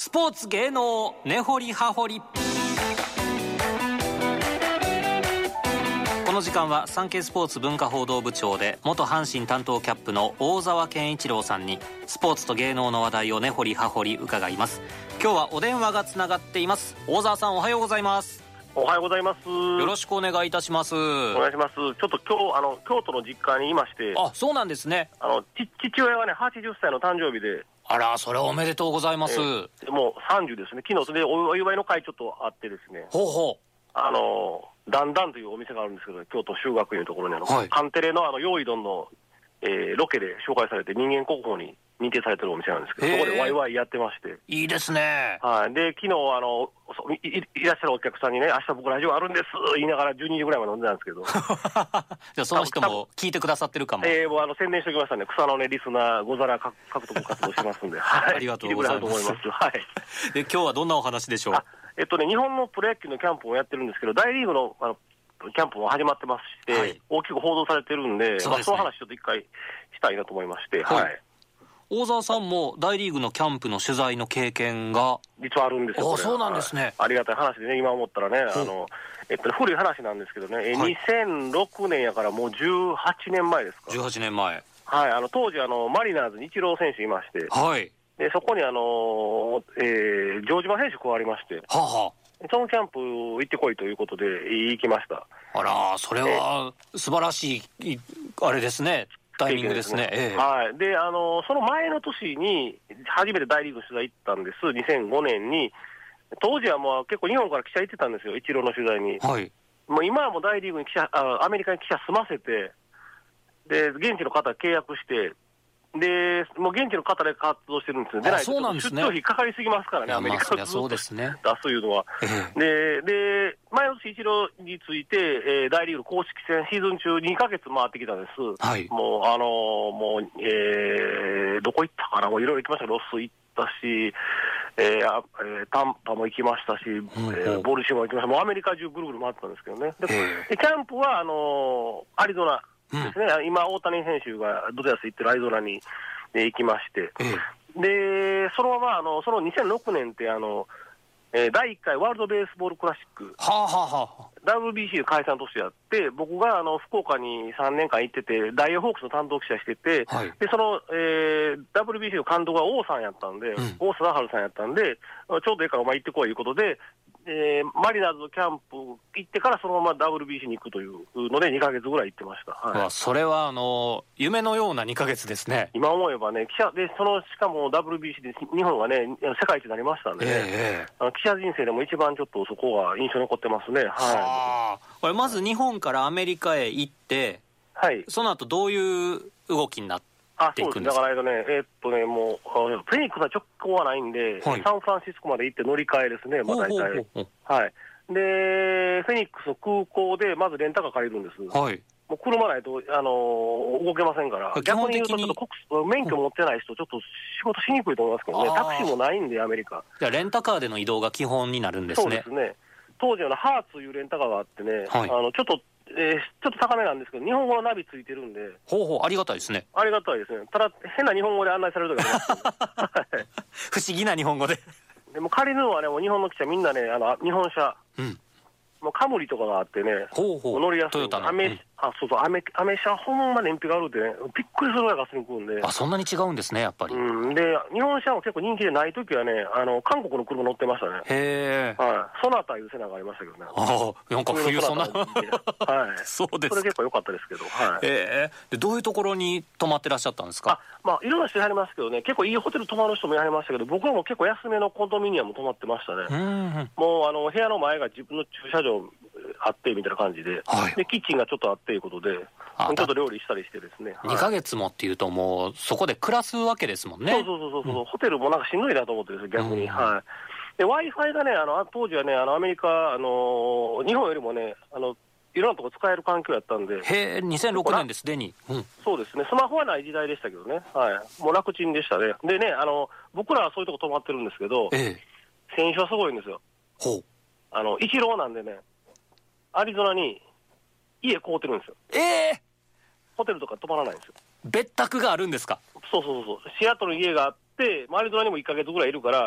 スポーツ芸能根掘り葉掘り。この時間はサンケイスポーツ文化報道部長で元阪神担当キャップの大沢健一郎さんにスポーツと芸能の話題を根掘り葉掘り伺います。今日はお電話がつながっています。大沢さん、おはようございます。 おはようございます。 よろしくお願いいたします。 お願いします。ちょっと今日京都の実家にいまして。 あ、そうなんですね。 父親がね80歳の誕生日で。 あら、それはおめでとうございます。 もう30ですね。昨日それでお祝いの会ちょっとあってですね。 ほうほう。だんだんというお店があるんですけど、京都修学院のところにはい、 カンテレの用意どんの、ロケで紹介されて人間国宝に認定されてるお店なんですけど、そこでワイワイやってまして。 いいですね。 はい。で、昨日いらっしゃるお客さんにね、明日僕ラジオあるんです言いながら12時ぐらいまで飲んでたんですけど。 じゃあその人も聞いてくださってるかも。 もう宣伝しておきましたね。草のねリスナーござら獲得活動してますんで。はい。 ありがとうございます。 はい。 で、今日はどんなお話でしょう。 日本のプロ野球のキャンプをやってるんですけど、大リーグのキャンプも始まってまして、はい、大きく報道されてるんで、その話ちょっと一回したいなと思いまして、はい。 大沢さんも大リーグのキャンプの取材の経験が実はあるんですよ。 そうなんですね。 ありがたい話でね、今思ったらね、古い話なんですけどね、2006年やからもう18年前ですか。 18年前。 はい、当時マリナーズにイチロー選手いまして、 はい。 で、そこに城島選手加わりまして、そのキャンプ行ってこいということで行きました。 あら、それは素晴らしい、あれですね。タイミングですね。 はい。で、その前の年に初めて大リーグの取材行ったんです。2005年に。当時はもう結構日本から記者行ってたんですよ、イチローの取材に。はい。もう今はもう大リーグにアメリカに記者済ませて、で、現地の方契約して、で、もう現地の方で活動してるんですよ。でないと、出張費かかりすぎますからね、アメリカがずっと出すというのは。で、前の年イチローについて、大リーグの公式戦シーズン中2ヶ月回ってきたんです。はい。もう、どこ行ったかな、もういろいろ行きました。ロス行ったし、タンパも行きましたし、ボルシモも行きました。もうアメリカ中ぐるぐる回ってたんですけどね。で、キャンプは、アリゾナですね。今、大谷選手がドジャース行ってるアリゾナに行きまして。で、そのまま、その2006年って、第1回ワールドベースボールクラシック、WBC 解散としてやって、僕が福岡に3年間行ってて、ダイヤホークスの担当記者してて、はい、で、その、WBC の監督が王さんやったんで、王貞治さんやったんで、ちょうどいいからお前行ってこいいうことで、マリナーズのキャンプ行ってからそのまま WBC に行くというので2ヶ月ぐらい行ってました。はい、 それは夢のような2ヶ月ですね。 今思えばね、記者で、しかも WBC で日本がね、世界一になりましたんでね、記者人生でも一番ちょっとそこが印象に残ってますね。はい。 これまず日本からアメリカへ行って、はい、その後どういう動きになってそうです。だからもう、フェニックスは直行はないんで、はい、サンフランシスコまで行って乗り換えですね、まあ大体。はい。で、フェニックスの空港でまずレンタカー借りるんです。はい。もう車ないと、動けませんから。逆に言うと、ちょっと免許持ってない人、ちょっと仕事しにくいと思いますけどね。タクシーもないんで、アメリカ。 じゃあ、レンタカーでの移動が基本になるんですね。 そうですね。当時はハーツというレンタカーがあってね、はい、ちょっと高めなんですけど、日本語のナビついてるんで。 ありがたいですね。 ありがたいですね。ただ、変な日本語で案内されるときありますね。 不思議な日本語で。 でも借りるのはね、もう日本の記者みんなね、日本車。もうカムリとかがあってね、乗りやすい。トヨタの。アメ車ほんま燃費があるってね、びっくりするぐらいガソリン食うんで。 そんなに違うんですね、やっぱり。 で、日本車も結構人気でないときはね、韓国の車乗ってましたね。 へー。 はい。ソナタいう背中ありましたけどね。 なんか冬そんな。はい。 そうです。それ結構良かったですけど。はい。 で、どういうところに泊まってらっしゃったんですか？ いろんな人やりますけどね、結構いいホテル泊まる人もやりましたけど、僕はもう結構安めのコンドミニアム泊まってましたね。もう部屋の前が自分の駐車場あってみたいな感じで、で、キッチンがちょっとあっていうことで、ちょっと料理したりしてですね。 2ヶ月もっていうともうそこで暮らすわけですもんね。 そう、ホテルもなんかしんどいなと思ってですね、逆に。はい。で、Wi-Fi がね、当時はね、アメリカ、日本よりもね、いろんなとこ使える環境やったんで。 2006年ですでに。 そうですね。スマホはない時代でしたけどね。はい。もう楽ちんでしたね。でね、僕らはそういうとこ泊まってるんですけど、選手はすごいんですよ。イチローなんでね、アリゾナに家買うてるんですよ。ホテルとか泊まらないんですよ。 別宅があるんですか？ そう。シアトルに家があって、アリゾナにも1ヶ月ぐらいいるから、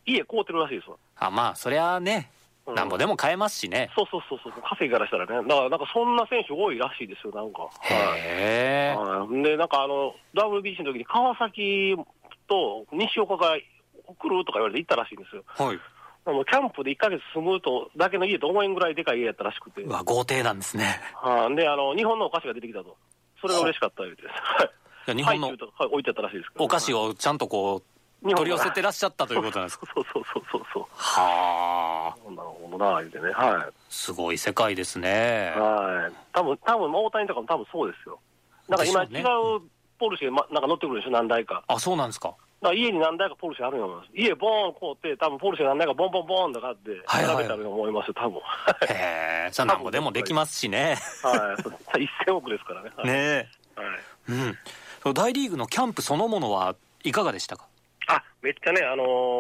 家買うてるらしいですわ。 まあそりゃね、なんぼでも買えますしね。 そう、稼ぎからしたらね。だからなんかそんな選手多いらしいですよ、なんか。 へー。で、なんかWBC の時に川崎と西岡が来るとか言われて行ったらしいんですよ。 はい。 もうキャンプで1ヶ月住むとだけの家と思えんぐらいでかい家やったらしくて。 豪邸なんですね。 で、日本のお菓子が出てきたと。それが嬉しかった言うて。 日本の置いてあったらしいですけど、 お菓子をちゃんとこう取り寄せてらっしゃったということなんですか。 そう。 はあ。 なるほどな、言うてね。はい。 すごい世界ですね。 はい。多分大谷とかも多分そうですよ。なんか今違うポルシェなんか乗ってくるでしょ、何台か。 そうなんですか。 だから家に何台かポルシェあると思います。家ボーン買うて、多分ポルシェ何台かボンボンボーンとかあって、並べたと思いますよ、多分。 へえ、じゃあなんぼでもできますしね。 はい。1000億ですからね。 ねえ。 はい。 大リーグのキャンプそのものはいかがでしたか？ めっちゃね、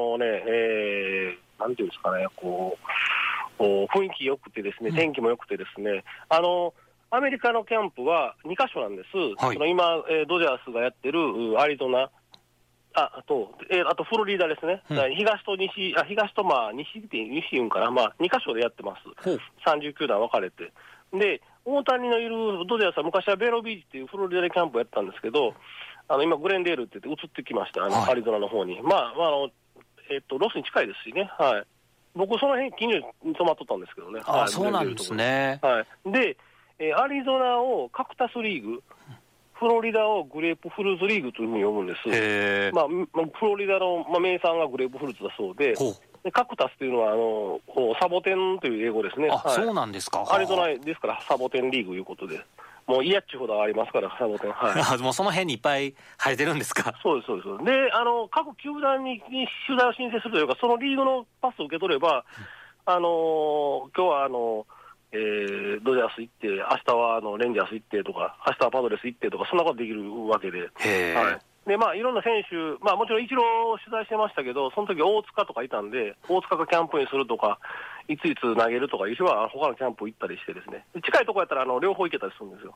なんていうんですかね、雰囲気良くてですね、天気も良くてですね、アメリカのキャンプは2カ所なんです。 はい、 今、ドジャースがやってるアリゾナ、あとフロリダですね。東と西って西言うんかな、2カ所でやってます。30球団分かれて。で、大谷のいるドジャースは昔はベロビーチっていうフロリダでキャンプやってたんですけど、今グレンデールって言って移ってきました、アリゾナの方に。ロスに近いですしね。はい。僕その辺近所に泊まっとったんですけどね。 そうなんですね。 はい。で、アリゾナをカクタスリーグ、フロリダをグレープフルーツリーグというふうに呼ぶんです。フロリダの、名産がグレープフルーツだそうで、カクタスというのはサボテンという英語ですね。 そうなんですか。 アリゾナですからサボテンリーグいうことで、もう嫌っちゅうほどありますから、サボテン。はい。 もうその辺にいっぱい生えてるんですか？ そうです。で、各球団に取材を申請するというか、そのリーグのパスを受け取れば、今日はドジャース行って、明日はレンジャース行ってとか、明日はパドレス行ってとか、そんなことできるわけで。はい。で、いろんな選手、もちろんイチローを取材してましたけど、その時大塚とかいたんで、大塚がキャンプインするとか、いつ投げるとかいう人は他のキャンプ行ったりしてですね、近いところやったら両方行けたりするんですよ。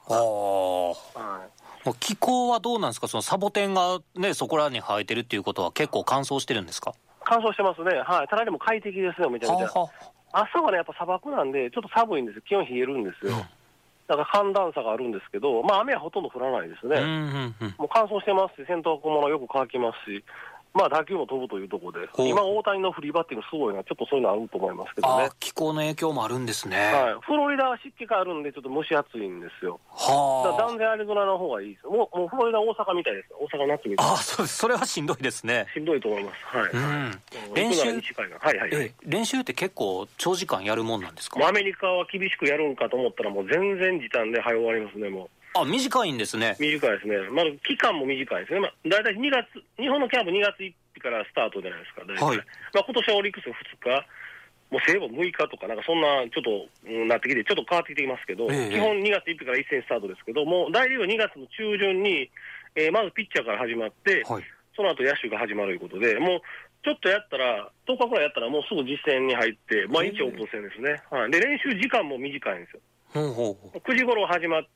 気候はどうなんですか？そのサボテンがね、そこらに生えてるっていうことは結構乾燥してるんですか？ 乾燥してますね。はい。ただでも快適ですよ、めちゃめちゃ。朝はね、やっぱ砂漠なんで、ちょっと寒いんですよ。気温冷えるんですよ。だから寒暖差があるんですけど、雨はほとんど降らないですね。もう乾燥してますし、洗濯物よく乾きますし、打球も飛ぶというところで、今、大谷のフリーバッティングすごいな、ちょっとそういうのあると思いますけどね。 気候の影響もあるんですね。 はい。フロリダは湿気があるんで、ちょっと蒸し暑いんですよ。だから断然アリゾナの方がいいですよ。もうフロリダ、大阪みたいです。大阪夏みたいな。 そうです。それはしんどいですね。 しんどいと思います。はい。 練習って結構長時間やるもんなんですか？ アメリカは厳しくやるんかと思ったら、もう全然時短で早終わりますね、もう。 短いんですね。 短いですね。期間も短いですね。だいたい2月、日本のキャンプ2月1日からスタートじゃないですか、大体。今年はオリックス2日、もう西武6日とか、なんかそんなちょっと、なってきて、ちょっと変わってきていますけど、基本2月1日から一戦スタートですけど、もう大リーグは2月の中旬に、まずピッチャーから始まって、その後野手が始まるということで、もうちょっとやったら、10日くらいやったらもうすぐ実戦に入って、毎日オープン戦ですね。で、練習時間も短いんですよ。9時頃始まって、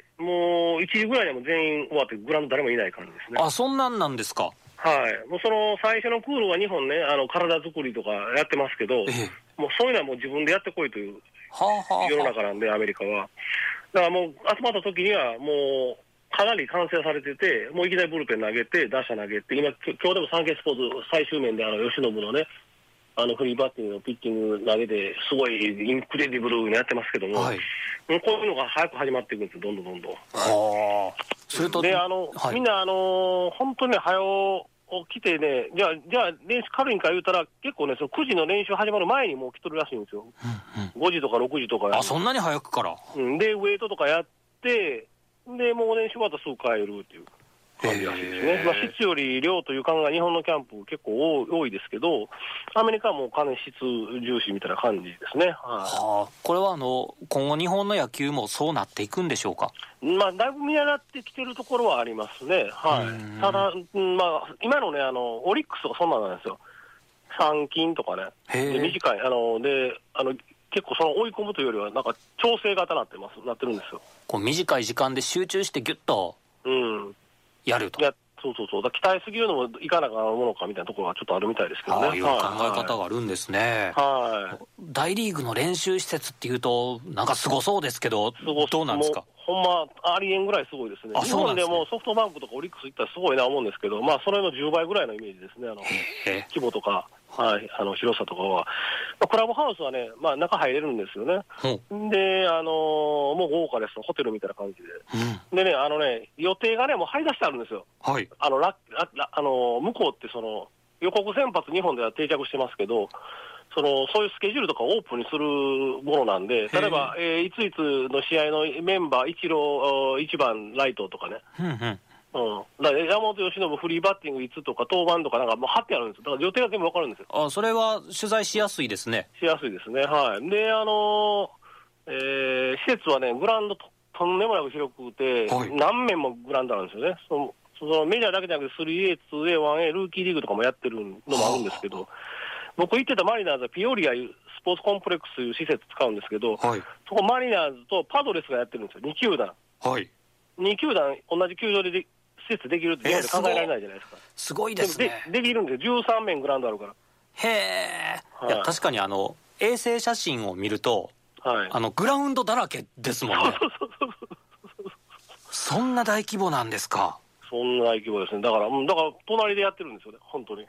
もう1時ぐらいでも全員終わってグラウンド誰もいない感じですね。 そんなんなんですか？ はい。もうその最初のクールは日本ね、体作りとかやってますけど、もうそういうのはもう自分でやってこいという世の中なんで、アメリカは。だからもう集まった時にはもうかなり完成されてて、もういきなりブルペン投げて、打者投げて、今日でもサンケイスポーツ最終面で吉信のね、フリーバッティングのピッチング投げて、すごいインクレディブルにやってますけども、こういうのが早く始まっていくんですよ、どんどん。 それとで、みんな、本当に早起きてね、じゃあ練習軽いんか言うたら、結構ね、その9時の練習始まる前にもう来とるらしいんですよ。5時とか6時とか。 そんなに早くから。 で、ウェイトとかやって、で、もう練習終わったらすぐ帰るっていう感じらしいですね。質より量という考えが日本のキャンプ結構多いですけど、アメリカはもうかなり質重視みたいな感じですね。 これは今後日本の野球もそうなっていくんでしょうか？ だいぶ見習ってきてるところはありますね。ただ、今のね、オリックスとかそんなんなんですよ。3金とかね。で短い。結構その追い込むというよりは、なんか調整型になってるんですよ。 短い時間で集中してギュッとやると。 だ期待すぎるのもいかなかなものかみたいなところがちょっとあるみたいですけどね。 ああいう考え方があるんですね。大リーグの練習施設っていうとなんかすごそうですけど、どうなんですか？ ほんまありえんぐらいすごいですね。日本でもソフトバンクとかオリックス行ったらすごいな思うんですけど、それの10倍ぐらいのイメージですね。規模とか、広さとかは、クラブハウスはね、中入れるんですよね。で、もう豪華ですと、ホテルみたいな感じで。でね、予定がね、もう張り出してあるんですよ。向こうって予告先発日本では定着してますけど、そういうスケジュールとかをオープンにするものなんで、例えば、いついつの試合のメンバー、イチロー1番ライトとかね。だから山本由伸フリーバッティングいつとか登板とかなんかもう貼ってあるんですよ。だから予定が全部わかるんですよ。 それは取材しやすいですね。 しやすいですね。で、施設はね、グラウンドとんでもなく広くて、何面もグラウンドあるんですよね。そのメジャーだけじゃなくて 3A、2A、1A、ルーキーリーグとかもやってるのもあるんですけど、僕行ってたマリナーズはピオリアいうスポーツコンプレックスという施設使うんですけど、そこマリナーズとパドレスがやってるんですよ、2球団。2球団同じ球場で施設できるって日本で考えられないじゃないですか。 すごいですね。 できるんですよ、13面グラウンドあるから。 いや確かに衛星写真を見ると、グラウンドだらけですもんね。そんな大規模なんですか？ そんな大規模ですね。だから隣でやってるんですよね、本当に。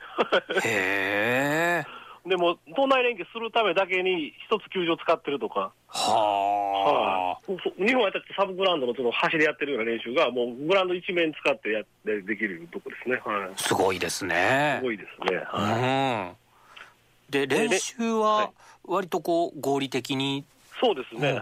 でも党内連携するためだけに一つ球場使ってるとか。日本はやったらサブグラウンドの端でやってるような練習がもうグラウンド一面使ってできるとこですね。 すごいですね。 すごいですね。 で練習は割と合理的に。 そうですね。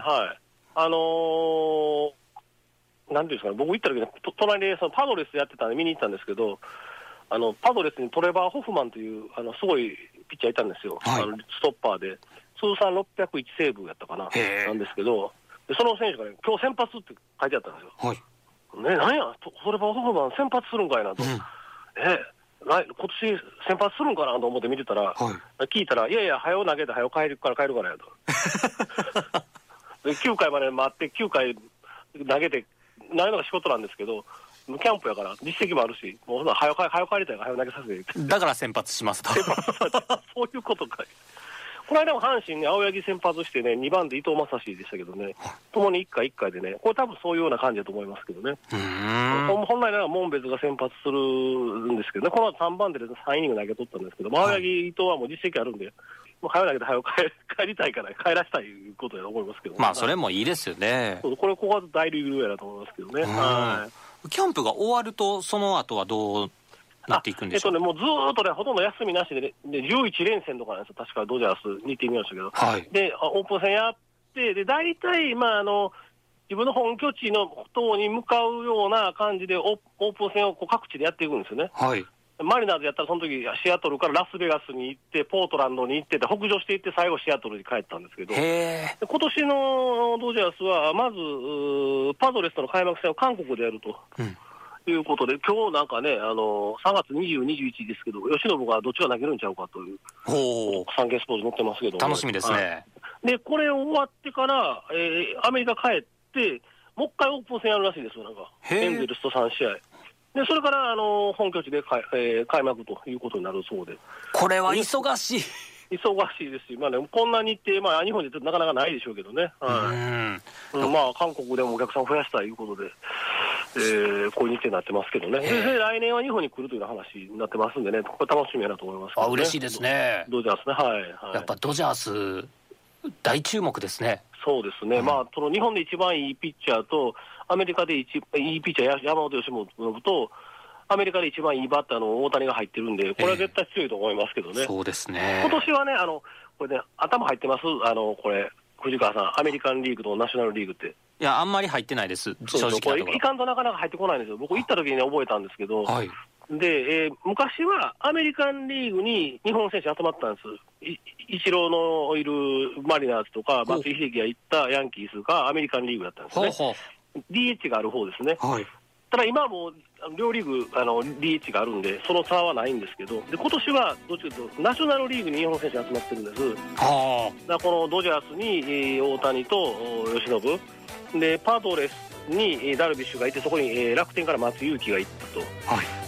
なんていうんですかね、僕行った時に隣でパドレスやってたんで見に行ったんですけど、パドレスにトレバー・ホフマンというすごいピッチャーいたんですよ。ストッパーで通算601セーブやったかななんですけど、でその選手がね、今日先発って書いてあったんですよ。なんやトレバー・ホフマン先発するんかいなと。今年先発するんかなと思って見てたら、聞いたら、いやいや、早う投げて早う帰るからやと。で9回まで待って9回投げて投げるのが仕事なんですけど、キャンプやから実績もあるし、もう早く帰りたいから早く投げさせて、 だから先発しますと。 そういうことか。この間も阪神に青柳先発してね、2番で伊藤将司でしたけどね、ともに1回1回でね、これ多分そういうような感じだと思いますけどね。本来なら門別が先発するんですけどね、この3番手で3イニング投げ取ったんですけど、青柳、伊藤はもう実績あるんで、もう早く投げて早く帰りたいから帰らせたいいうことだと思いますけど、ね、 それもいいですよね。 ここは大リーグやなと思いますけどね。 キャンプが終わるとその後はどうなっていくんでしょう？ もうずーっとね、ほとんど休みなしで、11連戦とかなんですよ。確かドジャースに行ってみましたけど。で、オープン戦やって、で、大体、自分の本拠地の等に向かうような感じで、オープン戦を各地でやっていくんですよね。マリナーズやったら、その時シアトルからラスベガスに行って、ポートランドに行って、北上していって、最後シアトルに帰ったんですけど、今年のドジャースは、まず、パドレスとの開幕戦を韓国でやると。いうことで、今日なんかね、3月20、21ですけど、由伸がどっちが投げるんちゃうかという、サンケイスポーツ載ってますけど、 楽しみですね。 で、これ終わってから、アメリカ帰って、もう一回オープン戦やるらしいですよ、なんか、エンゼルスと3試合。で、それから本拠地で開幕ということになるそうで。 これは忙しい。 忙しいですし、こんな日程、日本でなかなかないでしょうけどね。韓国でもお客さんを増やしたいということで。こういう日程になってますけどね。で来年は日本に来るというような話になってますんでね、これ楽しみやなと思いますけどね。 嬉しいですね。 ドジャースね。 やっぱドジャース大注目ですね。 そうですね。その日本で一番いいピッチャーと、アメリカでいいピッチャー山本由伸と、アメリカで一番いいバッターの大谷が入ってるんで、これは絶対強いと思いますけどね。 そうですね。 今年はね、これね、頭入ってます。これ藤川さん、アメリカンリーグとナショナルリーグって。 いや、あんまり入ってないです、正直なところ。 いかんとなかなか入ってこないんですよ。僕行った時にね、覚えたんですけど、で、昔はアメリカンリーグに日本選手集まったんです。イチローのいるマリナーズとか、松井秀喜が行ったヤンキースがアメリカンリーグだったんですね。DH がある方ですね。ただ今はもう、両リーグDH があるんで、その差はないんですけど、で今年はどっちかというと、ナショナルリーグに日本選手集まってるんです。だからこのドジャースに大谷と由伸、でパドレスにダルビッシュがいて、そこに楽天から松井裕樹が行ったと。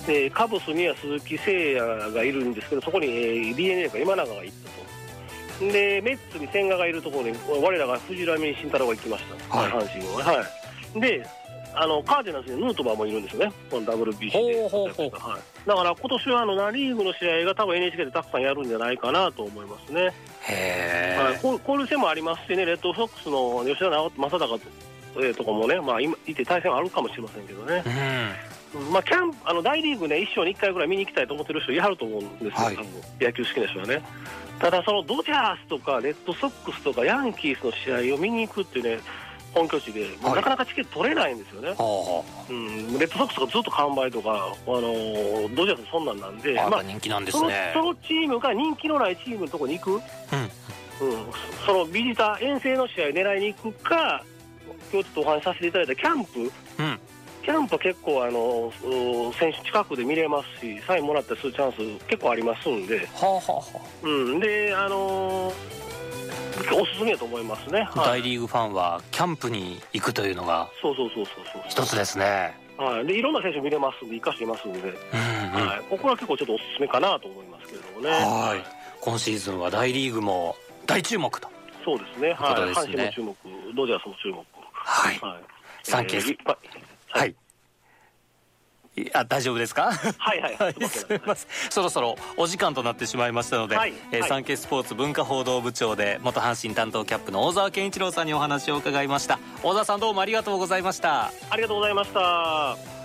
でカブスには鈴木誠也がいるんですけど、そこに、DNA か今永が行ったと。でメッツに千賀がいるところに我らが藤浪慎太郎が行きました、はい、阪神は。はい、でカージナルスにヌートバーもいるんですよね、この WBC で。はい、だから今年はナ・リーグの試合が多分 NHK でたくさんやるんじゃないかなと思いますね。 へー、はい、交流戦もありますしね、レッドソックスの吉田正尚とかもね、まあ、今いて対戦あるかもしれませんけどね。まあ、大リーグね、一生に1回ぐらい見に行きたいと思ってる人いはると思うんですよ、はい、野球好きな人はね。ただそのドジャースとかレッドソックスとかヤンキースの試合を見に行くっていうね、本拠地で、もうなかなかチケット取れないんですよね。レッドソックスがずっと完売とか、ドジャースそんなんで、 まあ、人気なんですね。 そのチームが人気のないチームのところに行く、そのビジター遠征の試合狙いに行くか、今日ちょっとお話しさせていただいたキャンプ、キャンプは結構選手近くで見れますし、サインもらったりするチャンス結構ありますんで、でおすすめだと思いますね。 大リーグファンはキャンプに行くというのが一つですね。 はい、でいろんな選手見れますんで、生かしていますんで、ここは結構ちょっとおすすめかなと思いますけれどもね。 はい、今シーズンは大リーグも大注目と。 そうですね。はい、阪神も注目、ドジャースも注目。 はい。サンケース。はい。大丈夫ですか？ はいはい。 すみません。そろそろお時間となってしまいましたので、サンケイスポーツ文化報道部長で元阪神担当キャップの大沢健一郎さんにお話を伺いました。大沢さん、どうもありがとうございました。 ありがとうございました。